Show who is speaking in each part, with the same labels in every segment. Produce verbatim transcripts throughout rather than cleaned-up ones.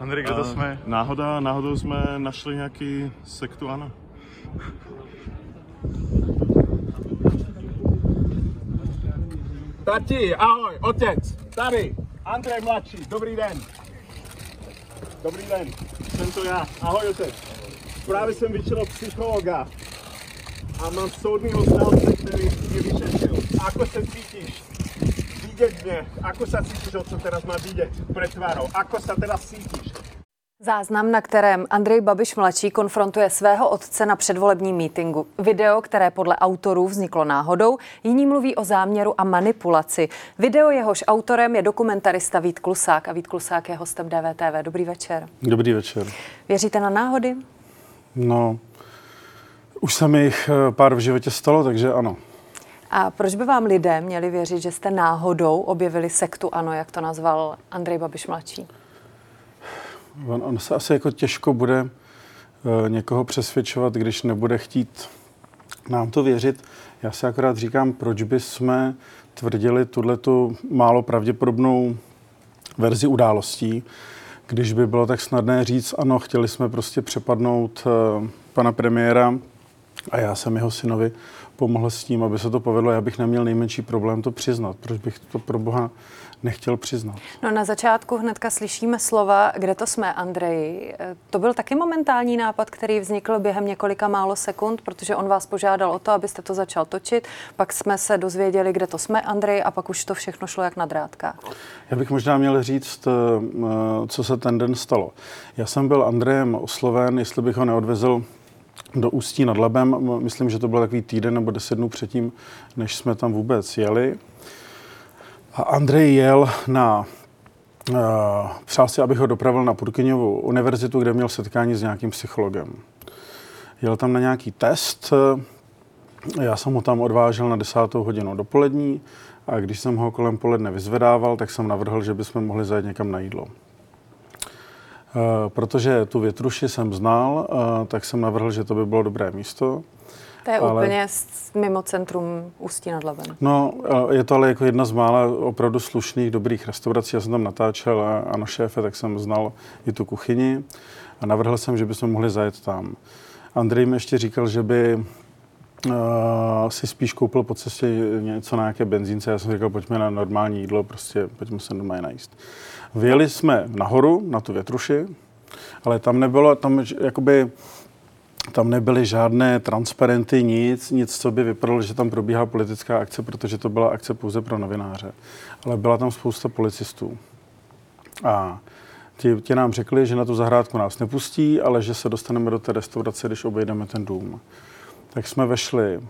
Speaker 1: Andrej, kde to jsme? Náhoda, náhodou jsme našli nějaký sektu ANO.
Speaker 2: Tati, ahoj, otec, tady, Andrej mladší, dobrý den. Dobrý den, jsem to já, ahoj otec. Právě jsem vyšel od psychologa a mám soudního znalce, který mě vyšetřil. Ako se cítíš? Vidět mě, ako se cítíš, o co teraz má vidět před tvárou, ako se teraz cítíš?
Speaker 3: Záznam, na kterém Andrej Babiš mladší konfrontuje svého otce na předvolebním mítinku. Video, které podle autorů vzniklo náhodou, jiní mluví o záměru a manipulaci. Video, jehož autorem je dokumentarista Vít Klusák a Vít Klusák je hostem D V T V. Dobrý večer.
Speaker 4: Dobrý večer.
Speaker 3: Věříte na náhody?
Speaker 4: No, už se mi jich pár v životě stalo, takže ano.
Speaker 3: A proč by vám lidé měli věřit, že jste náhodou objevili sektu ANO, jak to nazval Andrej Babiš mladší?
Speaker 4: On, on se asi jako těžko bude uh, někoho přesvědčovat, když nebude chtít nám to věřit. Já si akorát říkám, proč by jsme tvrdili tuhletu málo pravděpodobnou verzi událostí, když by bylo tak snadné říct, ano, chtěli jsme prostě přepadnout uh, pana premiéra a já jsem jeho synovi pomohl s tím, aby se to povedlo. Já bych neměl nejmenší problém to přiznat. Proč bych to pro boha nechtěl přiznat?
Speaker 3: No na začátku hnedka slyšíme slova, kde to jsme, Andreji. To byl taky momentální nápad, který vznikl během několika málo sekund, protože on vás požádal o to, abyste to začal točit. Pak jsme se dozvěděli, kde to jsme, Andrej, a pak už to všechno šlo jak na drátkách.
Speaker 4: Já bych možná měl říct, co se ten den stalo. Já jsem byl Andrejem osloven, jestli bych ho neodvezl do Ústí nad Labem. Myslím, že to byl takový týden nebo deset dnů předtím, než jsme tam vůbec jeli. A Andrej jel na, uh, přál si, abych ho dopravil na Purkyňovu univerzitu, kde měl setkání s nějakým psychologem. Jel tam na nějaký test, já jsem ho tam odvážel na desátou hodinu dopolední a když jsem ho kolem poledne vyzvedával, tak jsem navrhl, že bychom mohli zajet někam na jídlo. Uh, protože tu Větruši jsem znal, uh, tak jsem navrhl, že to by bylo dobré místo.
Speaker 3: To je
Speaker 4: ale...
Speaker 3: úplně mimo centrum Ústí nad Labem.
Speaker 4: No, je to ale jako jedna z mála opravdu slušných, dobrých restaurací. Já jsem tam natáčel a, a na šéfe, tak jsem znal i tu kuchyni a navrhl jsem, že bychom mohli zajet tam. Andrej mi ještě říkal, že by uh, si spíš koupil po cestě něco na nějaké benzínce. Já jsem říkal, pojďme na normální jídlo, prostě pojďme se doma je najíst. Vyjeli jsme nahoru, na tu Větruši, ale tam nebylo, tam jakoby... Tam nebyly žádné transparenty, nic, nic, co by vypadalo, že tam probíhá politická akce, protože to byla akce pouze pro novináře. Ale byla tam spousta policistů. A ti, ti nám řekli, že na tu zahrádku nás nepustí, ale že se dostaneme do té restaurace, když obejdeme ten dům. Tak jsme vešli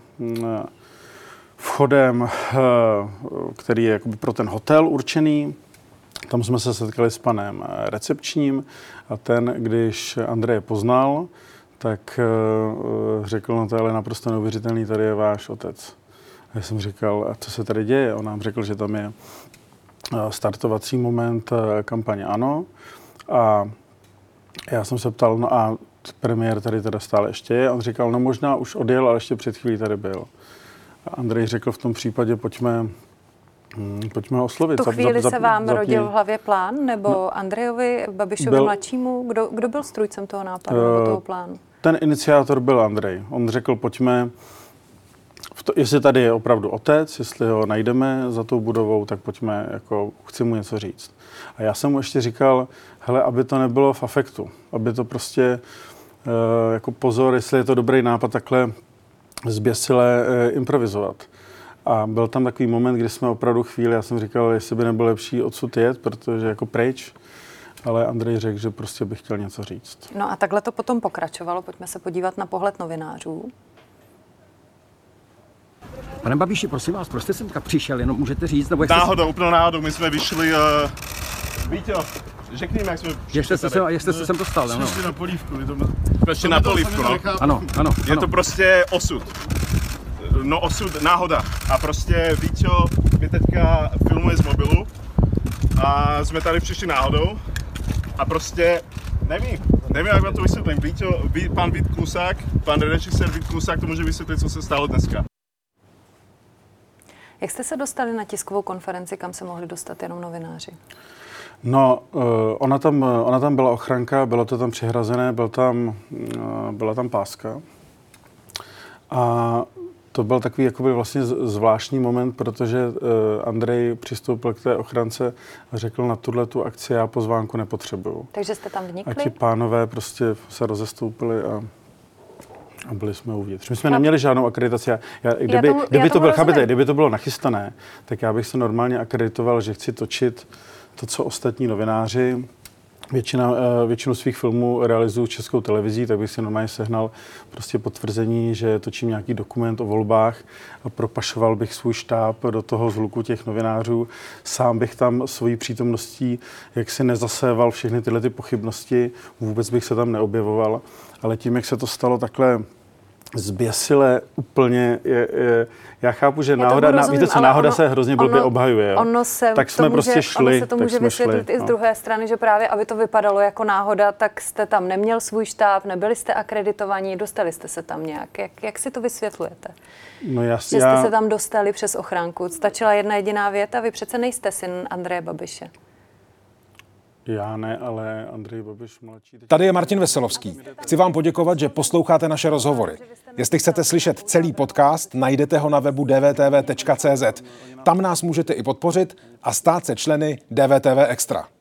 Speaker 4: vchodem, který je jakoby pro ten hotel určený. Tam jsme se setkali s panem recepčním a ten, když Andreje poznal, tak uh, řekl, no to je ale naprosto neuvěřitelný, tady je váš otec. A já jsem říkal, a co se tady děje? On nám řekl, že tam je uh, startovací moment uh, kampaně ANO. A já jsem se ptal, no a premiér tady teda stále ještě je. On říkal, no možná už odjel, ale ještě před chvílí tady byl. A Andrej řekl v tom případě, pojďme, hm, pojďme ho oslovit.
Speaker 3: V tu chvíli
Speaker 4: zap,
Speaker 3: se vám
Speaker 4: zapni.
Speaker 3: rodil v hlavě plán? Nebo no, Andrejovi Babišovi
Speaker 4: byl,
Speaker 3: mladšímu? Kdo, kdo byl strůjcem toho nápadu uh, nebo toho plánu?
Speaker 4: Ten iniciátor byl Andrej. On řekl, pojďme, to, jestli tady je opravdu otec, jestli ho najdeme za tou budovou, tak pojďme, jako chci mu něco říct. A já jsem mu ještě říkal, hele, aby to nebylo v afektu, aby to prostě, uh, jako pozor, jestli je to dobrý nápad, takhle zběsile uh, improvizovat. A byl tam takový moment, kdy jsme opravdu chvíli, já jsem říkal, jestli by nebylo lepší odsud jet, protože jako pryč. Ale Andrej řekl, že prostě bych chtěl něco říct.
Speaker 3: No a takhle to potom pokračovalo. Pojďme se podívat na pohled novinářů.
Speaker 5: Pane Babiši, prosím vás, proč jste sem přišel, jenom můžete říct? Nebo
Speaker 1: náhodou,
Speaker 5: jste...
Speaker 1: úplně náhodou, my jsme vyšli... Uh... Víte, řekni jak jsme
Speaker 5: Jak jste se sem, jak jste se sem dostal,
Speaker 1: jsme
Speaker 5: ano?
Speaker 1: šli na polívku. To... Ještě na polívku, no.
Speaker 5: Ano, ano.
Speaker 1: Je
Speaker 5: ano.
Speaker 1: to prostě osud. No osud, náhoda. A prostě Víťo mě teďka filmuje z mobilu a jsme tady přišli náhodou a prostě nevím, nevím, jak vám to vysvětlím. Víťo, ví, pan Vít Klusák, pan režisér Vít Klusák to může vysvětlit, co se stalo dneska.
Speaker 3: Jak jste se dostali na tiskovou konferenci, kam se mohli dostat jenom novináři?
Speaker 4: No, uh, ona, tam, ona tam byla ochranka, bylo to tam přihrazené, byl tam, uh, byla tam páska. A to byl takový jakoby vlastně zvláštní moment, protože uh, Andrej přistoupil k té ochrance a řekl, na tuhle tu akci já pozvánku nepotřebuju.
Speaker 3: Takže jste tam vnikli?
Speaker 4: A ti pánové prostě se rozestoupili a, a byli jsme uvnitř. My jsme neměli žádnou akreditaci. Já, já, kdyby,
Speaker 3: já tomu,
Speaker 4: kdyby,
Speaker 3: já
Speaker 4: to byl, chápete,
Speaker 3: rozumím.
Speaker 4: kdyby to bylo nachystané, tak já bych se normálně akreditoval, že chci točit to, co ostatní novináři. Většina, většinu svých filmů realizuju Českou televizí, tak bych si normálně sehnal prostě potvrzení, že točím nějaký dokument o volbách a propašoval bych svůj štáb do toho zhluku těch novinářů. Sám bych tam svojí přítomností jaksi nezaséval všechny tyhle ty pochybnosti, vůbec bych se tam neobjevoval, ale tím, jak se to stalo takhle zběsile úplně, je, je, já chápu, že náhoda, rozumím, víte co, náhoda ono, se hrozně blbě obhajuje, jo?
Speaker 3: Ono se
Speaker 4: tak jsme
Speaker 3: může,
Speaker 4: prostě šli.
Speaker 3: Ono se to může vysvětlit šli, i z no. druhé strany, že právě, aby to vypadalo jako náhoda, tak jste tam neměl svůj štáb, nebyli jste akreditovaní, dostali jste se tam nějak. Jak, jak si to vysvětlujete?
Speaker 4: No já,
Speaker 3: že jste
Speaker 4: já...
Speaker 3: se tam dostali přes ochránku. Stačila jedna jediná věta, vy přece nejste syn Andreje Babiše.
Speaker 4: Já ne, ale Andrej Babiš mladší.
Speaker 6: Tady je Martin Veselovský. Chci vám poděkovat, že posloucháte naše rozhovory. Jestli chcete slyšet celý podcast, najdete ho na webu d v t v tečka c z. Tam nás můžete i podpořit a stát se členy D V T V Extra.